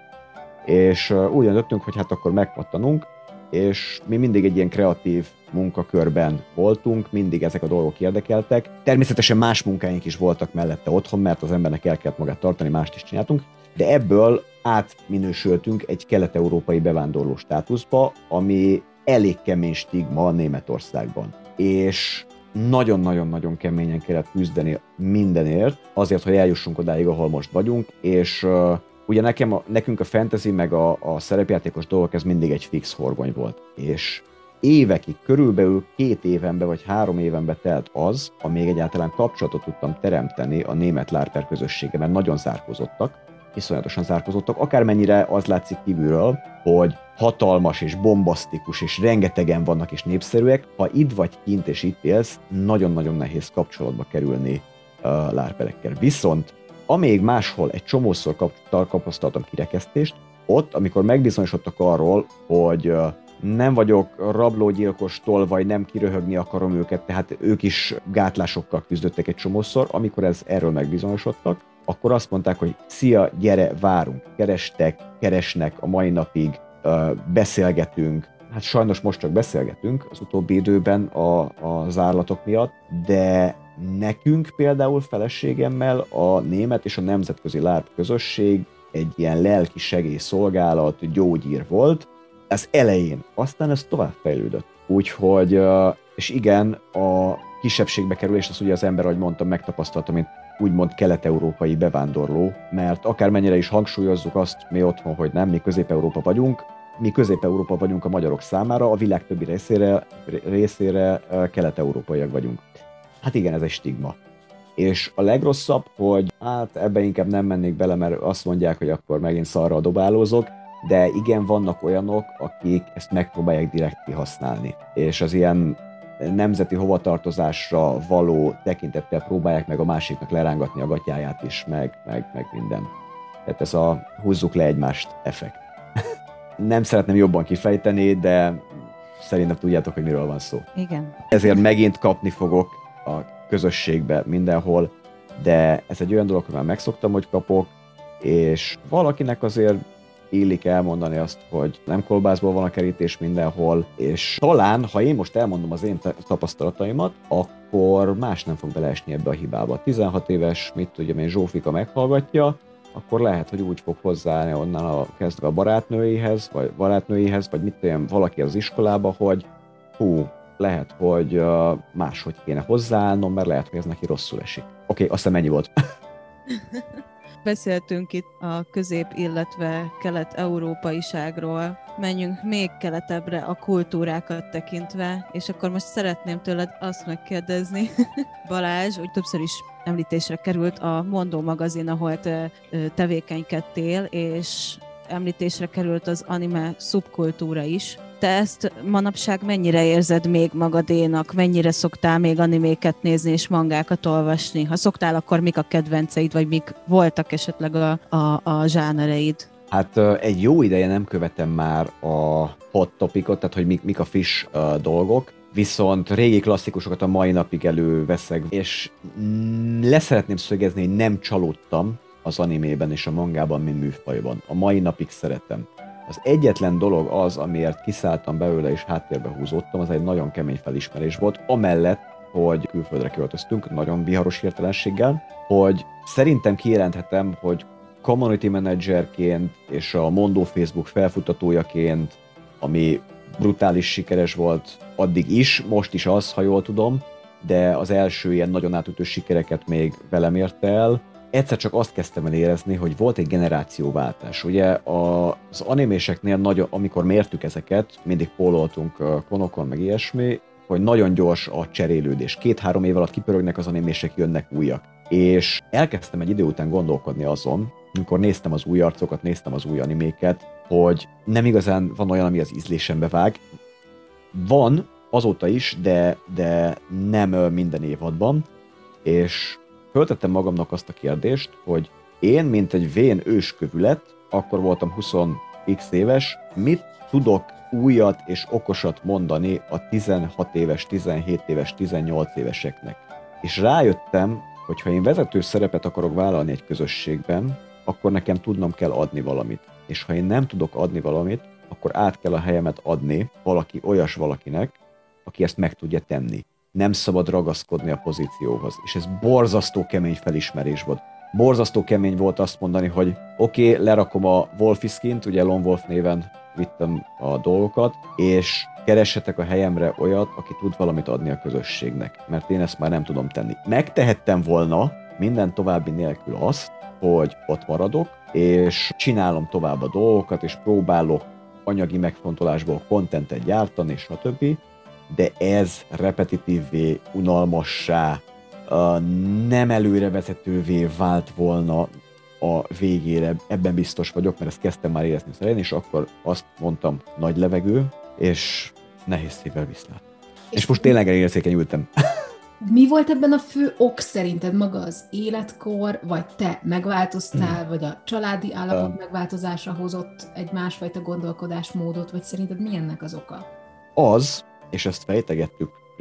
És uh, úgy döntöttünk, hogy hát akkor megpattanunk, és mi mindig egy ilyen kreatív munkakörben voltunk, mindig ezek a dolgok érdekeltek. Természetesen más munkáink is voltak mellette otthon, mert az embernek el kellett magát tartani, mást is csináltunk, de ebből átminősültünk egy kelet-európai bevándorló státuszba, ami elég kemény stigma Németországban. És nagyon-nagyon-nagyon keményen kellett küzdeni mindenért, azért, hogy eljussunk odáig, ahol most vagyunk, és uh, ugye nekem a, nekünk a fantasy meg a, a szerepjátékos dolgok, ez mindig egy fix horgony volt. És évekig, körülbelül két évenbe vagy három évenbe telt az, amíg egyáltalán kapcsolatot tudtam teremteni a német lárper közössége, mert nagyon zárkózottak, iszonyatosan zárkózottak, akármennyire az látszik kívülről, hogy hatalmas és bombasztikus, és rengetegen vannak és népszerűek, ha itt vagy kint és itt élsz, nagyon-nagyon nehéz kapcsolatba kerülni uh, lárperekkel. Viszont amíg máshol egy csomószor kap- tapasztaltam kirekesztést, ott, amikor megbizonyosodtak arról, hogy uh, nem vagyok rablógyilkos tolvaj, nem kiröhögni akarom őket, tehát ők is gátlásokkal küzdöttek egy csomószor, amikor ez erről megbizonyosodtak, akkor azt mondták, hogy szia, gyere, várunk, kerestek, keresnek a mai napig, beszélgetünk, hát sajnos most csak beszélgetünk az utóbbi időben a, a zárlatok miatt, de nekünk például feleségemmel a német és a nemzetközi LARP közösség egy ilyen lelki segélyszolgálat, gyógyír volt. Ez elején, aztán ez tovább fejlődött. Úgyhogy, és igen, a kisebbségbe kerülés, az ugye az ember, ahogy mondtam, megtapasztalta, mint úgymond kelet-európai bevándorló, mert akármennyire is hangsúlyozzuk azt mi otthon, hogy nem, mi Közép-Európa vagyunk, mi Közép-Európa vagyunk a magyarok számára, a világ többi részére, részére kelet-európaiak vagyunk. Hát igen, ez egy stigma. És a legrosszabb, hogy hát ebbe inkább nem mennék bele, mert azt mondják, hogy akkor megint szarra dobálózok, de igen, vannak olyanok, akik ezt megpróbálják direkt kihasználni. És az ilyen nemzeti hovatartozásra való tekintettel próbálják meg a másiknak lerángatni a gatyáját is, meg, meg, meg minden. Tehát ez a húzzuk le egymást effekt. Nem szeretném jobban kifejteni, de szerintem tudjátok, hogy miről van szó. Igen. Ezért megint kapni fogok a közösségbe mindenhol, de ez egy olyan dolog, hogy már megszoktam, hogy kapok, és valakinek azért illik elmondani azt, hogy nem kolbászból van a kerítés mindenhol, és talán, ha én most elmondom az én tapasztalataimat, akkor más nem fog beleesni ebbe a hibába. tizenhat éves, mit tudjam én, Zsófika meghallgatja, akkor lehet, hogy úgy fog hozzáállni onnan a, kezdve a barátnőihez, vagy barátnőihez, vagy mit tudom, valaki az iskolába, hogy hú, lehet, hogy uh, máshogy kéne hozzáállnom, mert lehet, hogy ez neki rosszul esik. Oké, okay, azt hiszem ennyi volt. Beszéltünk itt a közép, illetve kelet-európaiságról. Menjünk még keletebbre a kultúrákat tekintve, és akkor most szeretném tőled azt megkérdezni, Balázs, hogy többször is említésre került a Mondó magazin, ahol te tevékenykedtél, és említésre került az anime szubkultúra is. Te ezt manapság mennyire érzed még magadénak? Mennyire szoktál még animéket nézni és mangákat olvasni? Ha szoktál, akkor mik a kedvenceid, vagy mik voltak esetleg a, a, a zsánereid? Hát egy jó ideje nem követem már a hot topicot, tehát hogy mik, mik a friss uh, dolgok, viszont régi klasszikusokat a mai napig előveszek, és leszeretném szögezni, hogy nem csalódtam az animében és a mangában, mint műfajban. A mai napig szeretem. Az egyetlen dolog az, amiért kiszálltam belőle és háttérbe húzódtam, az egy nagyon kemény felismerés volt, amellett, hogy külföldre költöztünk, nagyon viharos hirtelenséggel, hogy szerintem kijelenthetem, hogy community managerként és a Mondó Facebook felfutatójaként, ami brutális sikeres volt addig is, most is az, ha jól tudom, de az első ilyen nagyon átütő sikereket még velem érte el. Egyszer csak azt kezdtem el érezni, hogy volt egy generációváltás. Ugye az animéseknél, nagyon, amikor mértük ezeket, mindig póloltunk konokon, meg ilyesmi, hogy nagyon gyors a cserélődés. Két-három év alatt kipörögnek az animések, jönnek újak. És elkezdtem egy idő után gondolkodni azon, amikor néztem az új arcokat, néztem az új animéket, hogy nem igazán van olyan, ami az ízlésembe vág. Van azóta is, de, de nem minden évadban, és föltettem magamnak azt a kérdést, hogy én, mint egy vén őskövület, akkor voltam húsz x éves, mit tudok újat és okosat mondani a tizenhat éves, tizenhét éves, tizennyolc éveseknek. És rájöttem, hogy ha én vezető szerepet akarok vállalni egy közösségben, akkor nekem tudnom kell adni valamit. És ha én nem tudok adni valamit, akkor át kell a helyemet adni valaki olyas valakinek, aki ezt meg tudja tenni. Nem szabad ragaszkodni a pozícióhoz. És ez borzasztó kemény felismerés volt. Borzasztó kemény volt azt mondani, hogy oké, okay, lerakom a Wolfiskint, ugye Lone Wolf néven vittem a dolgokat, és keressetek a helyemre olyat, aki tud valamit adni a közösségnek, mert én ezt már nem tudom tenni. Megtehettem volna minden további nélkül azt, hogy ott maradok, és csinálom tovább a dolgokat, és próbálok anyagi megfontolásból kontentet gyártani, és stb. De ez repetitívvé, unalmassá, nem előrevezetővé vált volna a végére. Ebben biztos vagyok, mert ezt kezdtem már érezni az elején, és akkor azt mondtam, nagy levegő, és nehéz szívvel viszlát. És, és most tényleg érzékenyültem. Mi volt ebben a fő ok szerinted? Maga az életkor, vagy te megváltoztál, hmm. vagy a családi állapot uh. megváltozása hozott egy másfajta gondolkodásmódot, vagy szerinted mi ennek az oka? Az, és ezt fejtegettük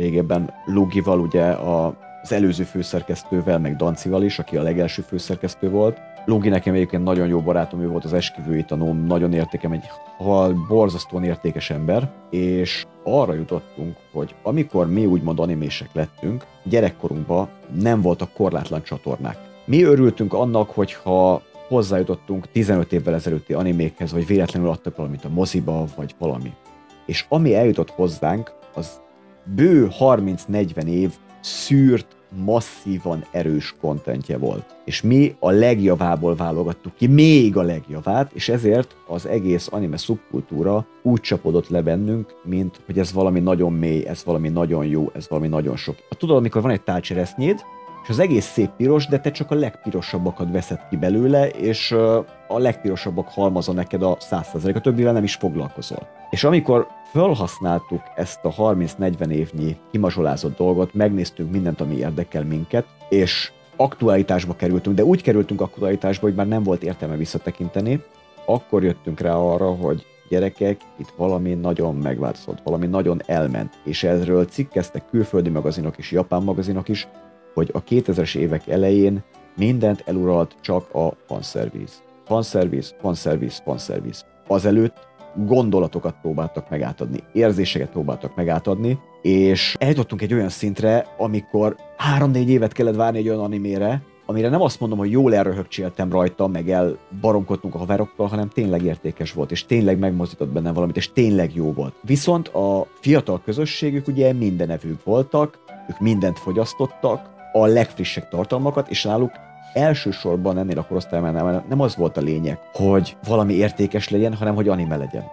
régebben Lugival, ugye a, az előző főszerkesztővel, meg Dancival is, aki a legelső főszerkesztő volt. Lugi nekem egyébként nagyon jó barátom, ő volt az esküvői tanóm, nagyon értékem, egy borzasztóan értékes ember, és arra jutottunk, hogy amikor mi úgymond animések lettünk, gyerekkorunkban nem voltak korlátlan csatornák. Mi örültünk annak, hogyha hozzájutottunk tizenöt évvel ezelőtti animékhez, vagy véletlenül adtak valamit a moziba, vagy valami. És ami eljutott hozzánk, az bő harminc-negyven év szűrt, masszívan erős kontentje volt. És mi a legjavából válogattuk ki, még a legjavát, és ezért az egész anime szubkultúra úgy csapodott le bennünk, mint hogy ez valami nagyon mély, ez valami nagyon jó, ez valami nagyon sok. Tudod, amikor van egy tál cseresznyéd, és az egész szép piros, de te csak a legpirosabbakat veszed ki belőle, és a legpirosabbak halmazza neked a száz százalék, a többivel nem is foglalkozol. És amikor felhasználtuk ezt a harminc-negyven évnyi kimazsolázott dolgot, megnéztünk mindent, ami érdekel minket, és aktualitásba kerültünk, de úgy kerültünk aktualitásba, hogy már nem volt értelme visszatekinteni, akkor jöttünk rá arra, hogy gyerekek, itt valami nagyon megváltozott, valami nagyon elment, és erről cikkeztek külföldi magazinok és japán magazinok is, hogy a kétezres évek elején mindent eluralt csak a fanservice. Fanservice, fanservice, fanservice. Azelőtt gondolatokat próbáltak megátadni, érzéseket próbáltak megátadni, és eljutottunk egy olyan szintre, amikor három-négy évet kellett várni egy olyan animére, amire nem azt mondom, hogy jól elröhögcséltem rajta, meg elbaromkodtunk a haverokkal, hanem tényleg értékes volt, és tényleg megmozdított bennem valamit, és tényleg jó volt. Viszont a fiatal közösségük ugye mindenevők voltak, ők mindent fogyasztottak, a legfrissebb tartalmakat, és náluk elsősorban ennél a korosztálynál nem az volt a lényeg, hogy valami értékes legyen, hanem hogy anime legyen.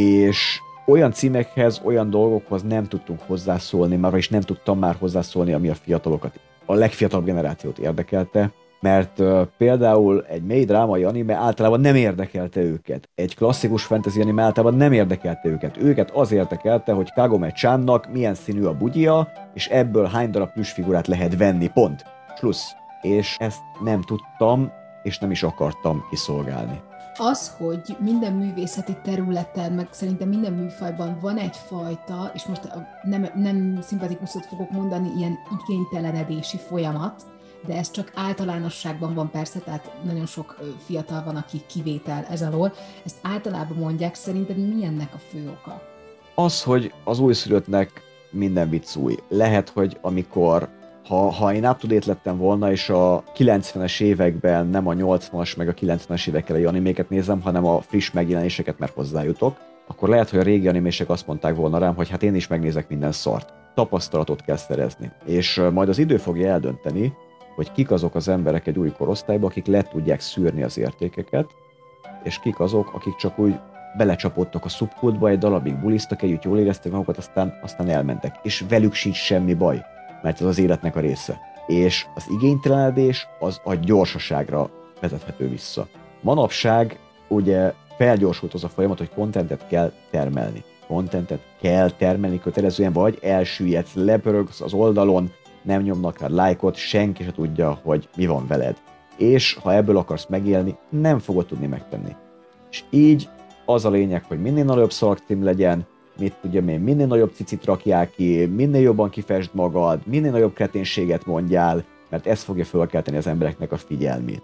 És olyan címekhez, olyan dolgokhoz nem tudtunk hozzászólni, már is nem tudtam már hozzászólni, ami a fiatalokat, a legfiatalabb generációt érdekelte, mert uh, például egy mély drámai anime általában nem érdekelte őket. Egy klasszikus fantasy anime általában nem érdekelte őket. Őket az érdekelte, hogy Kagome-channak milyen színű a bugyja, és ebből hány darab plüssfigurát lehet venni, pont. Slussz. És ezt nem tudtam, és nem is akartam kiszolgálni. Az, hogy minden művészeti területen, meg szerintem minden műfajban van egyfajta, és most nem, nem szimpatikusot fogok mondani, ilyen igénytelenedési folyamat, de ez csak általánosságban van persze, tehát nagyon sok fiatal van, aki kivétel ez alól. Ezt általában mondják, szerinted mi ennek a fő oka? Az, hogy az újszülöttnek minden vicc új. Lehet, hogy amikor Ha, ha én up-to-date lettem volna, és a kilencvenes években nem a nyolcvanas meg a kilencvenes évek elejé animéket nézem, hanem a friss megjelenéseket, mert hozzájutok, akkor lehet, hogy a régi animések azt mondták volna rám, hogy hát én is megnézek minden szart. Tapasztalatot kell szerezni. És majd az idő fogja eldönteni, hogy kik azok az emberek egy új korosztályban, akik le tudják szűrni az értékeket, és kik azok, akik csak úgy belecsapódtak a szubkultba, egy darabig buliztak együtt, jól érezték magukat, aztán, aztán elmentek. És velük sincs semmi baj, mert ez az életnek a része. És az igénytelenedés az a gyorsaságra vezethető vissza. Manapság ugye felgyorsult az a folyamat, hogy kontentet kell termelni. Kontentet kell termelni kötelezően, vagy elsüllyedsz, lepörögsz az oldalon, nem nyomnak rád lájkot, senki se tudja, hogy mi van veled. És ha ebből akarsz megélni, nem fogod tudni megtenni. És így az a lényeg, hogy minél nagyobb szarcím legyen, mit tudjam én, minél nagyobb cicit rakjál ki, minél jobban kifesd magad, minél nagyobb kreténséget mondjál, mert ez fogja fölkelteni az embereknek a figyelmét.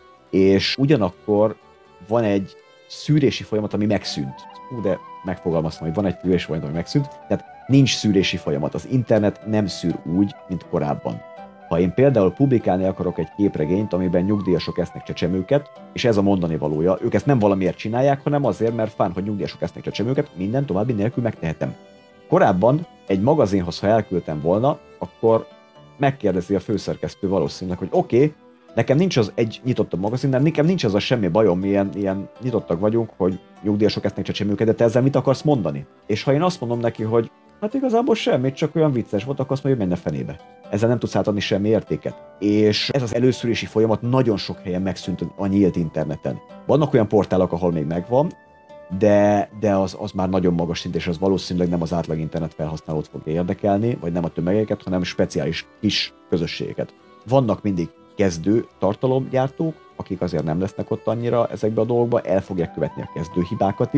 És ugyanakkor van egy szűrési folyamat, ami megszűnt. Hú, de megfogalmaztam, hogy van egy szűrési folyamat, ami megszűnt, tehát nincs szűrési folyamat. Az internet nem szűr úgy, mint korábban. Ha én például publikálni akarok egy képregényt, amiben nyugdíjasok esznek csecsemőket, és ez a mondani valója, ők ezt nem valamiért csinálják, hanem azért, mert fán, hogy nyugdíjasok esznek csecsemőket, minden további nélkül megtehetem. Korábban egy magazinhoz, ha elküldtem volna, akkor megkérdezi a főszerkesztő valószínűleg, hogy oké, okay, nekem nincs az egy nyitottabb magazin, de nekem nincs az a semmi bajom, ilyen, ilyen nyitottak vagyunk, hogy nyugdíjasok esznek csecsemőket, de te ezzel mit akarsz mondani? És ha én azt mondom neki, hogy hát igazából semmit, csak olyan vicces volt, akkor azt mondja, hogy menj fenébe. Ezzel nem tudsz átadni semmi értéket. És ez az előszűrési folyamat nagyon sok helyen megszűnt a nyílt interneten. Vannak olyan portálok, ahol még megvan, de, de az, az már nagyon magas szint, és az valószínűleg nem az átlag internet felhasználót fogja érdekelni, vagy nem a tömegeket, hanem speciális kis közösségeket. Vannak mindig kezdő tartalomgyártók, akik azért nem lesznek ott annyira ezekbe a dolgokba, el fogják követni a kezdőhibákat is,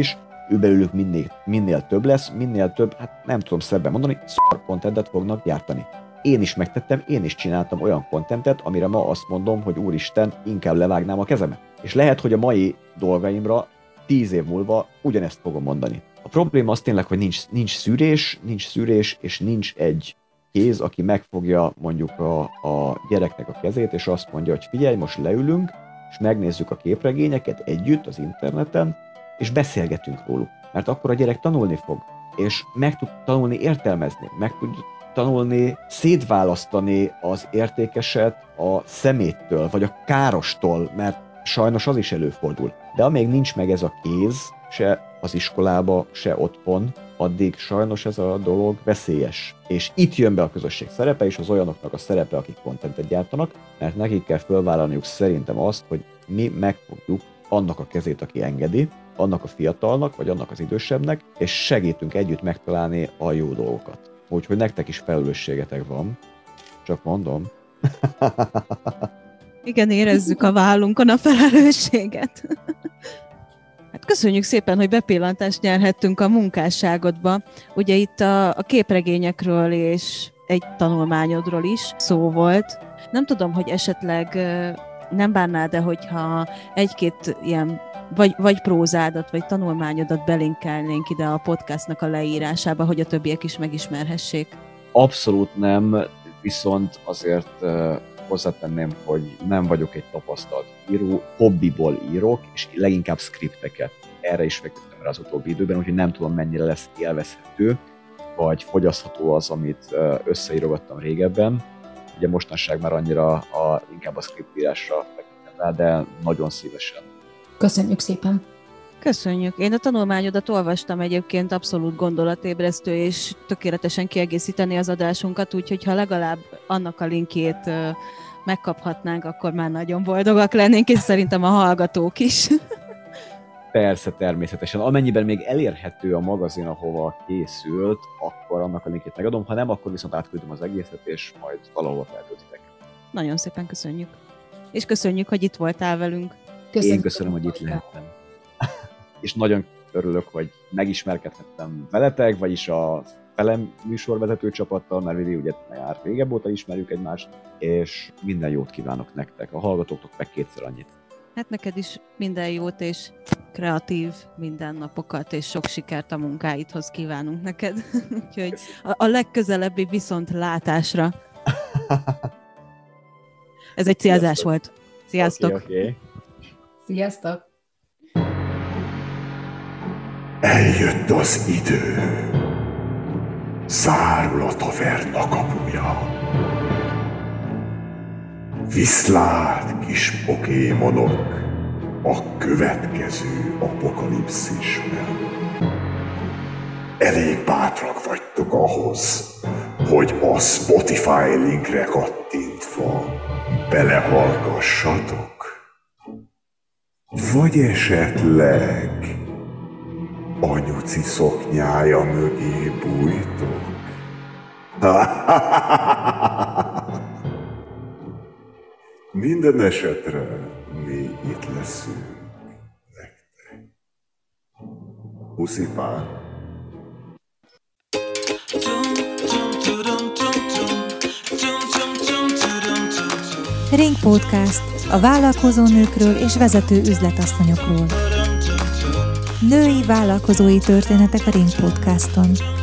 ő belőlük minél, minél több lesz, minél több, hát nem tudom szebben mondani, szar contentet fognak gyártani. Én is megtettem, én is csináltam olyan contentet, amire ma azt mondom, hogy úristen, inkább levágnám a kezemet. És lehet, hogy a mai dolgaimra tíz év múlva ugyanezt fogom mondani. A probléma az tényleg, hogy nincs, nincs szűrés, nincs szűrés, és nincs egy kéz, aki megfogja mondjuk a, a gyereknek a kezét, és azt mondja, hogy figyelj, most leülünk, és megnézzük a képregényeket együtt az interneten, és beszélgetünk róluk. Mert akkor a gyerek tanulni fog, és meg tud tanulni értelmezni, meg tud tanulni szétválasztani az értékeset a szeméttől, vagy a károstól, mert sajnos az is előfordul. De amíg nincs meg ez a kéz, se az iskolába, se otthon, addig sajnos ez a dolog veszélyes. És itt jön be a közösség szerepe, és az olyanoknak a szerepe, akik contentet gyártanak, mert nekik kell fölvállalniuk szerintem azt, hogy mi megfogjuk annak a kezét, aki engedi, annak a fiatalnak, vagy annak az idősebbnek, és segítünk együtt megtalálni a jó dolgokat. Úgyhogy nektek is felelősségetek van, csak mondom. Igen, érezzük a vállunkon a felelősséget. Hát köszönjük szépen, hogy bepillantást nyerhettünk a munkásságodba. Ugye itt a, a képregényekről és egy tanulmányodról is szó volt. Nem tudom, hogy esetleg nem bánnád-e, hogyha egy-két ilyen vagy, vagy prózádat, vagy tanulmányodat belinkelnénk ide a podcastnak a leírásába, hogy a többiek is megismerhessék? Abszolút nem, viszont azért uh, hozzátenném, hogy nem vagyok egy tapasztalt író, hobbiból írok, és leginkább skripteket. Erre is fektettem rá az utóbbi időben, úgyhogy nem tudom, mennyire lesz élvezhető, vagy fogyasztható az, amit uh, összeírogattam régebben. Ugye mostanság már annyira a, inkább a skriptírásra fektettem rá, de nagyon szívesen. Köszönjük szépen! Köszönjük. Én a tanulmányodat olvastam egyébként, abszolút gondolatébresztő, és tökéletesen kiegészíteni az adásunkat, úgyhogy ha legalább annak a linkjét megkaphatnánk, akkor már nagyon boldogak lennénk, és szerintem a hallgatók is. Persze, természetesen. Amennyiben még elérhető a magazin, ahova készült, akkor annak a linkjét megadom, ha nem, akkor viszont átküldöm az egészet, és majd valahova feltöltitek. Nagyon szépen köszönjük. És köszönjük, hogy itt voltál velünk. Köszönjük. Én köszönöm, hogy itt lehettem. És nagyon örülök, hogy megismerkedhettem veletek, vagyis a felem műsorvezető csapattal, mert Vidi ugye már régebb óta ismerjük egymást, és minden jót kívánok nektek, a hallgatóktok meg kétszer annyit. Hát neked is minden jót és kreatív mindennapokat, és sok sikert a munkáidhoz kívánunk neked. Úgyhogy a, a legközelebbi viszontlátásra. Ez egy célzás volt. Sziasztok! Okay, okay. Sziasztok! Eljött az idő. Zárul a taverna kapuja. Viszlát, kis pokémonok, a következő apokalipszisben. Elég bátrak vagytok ahhoz, hogy a Spotify linkre kattintva belehallgassatok. Vagy esetleg a nyuci szoknyája mögé bújtok? Minden esetre mi itt leszünk nektek. Huszipá! Ring Podcast, a vállalkozó nőkről és vezető üzletasszonyokról. Női vállalkozói történetek a Ring Podcaston.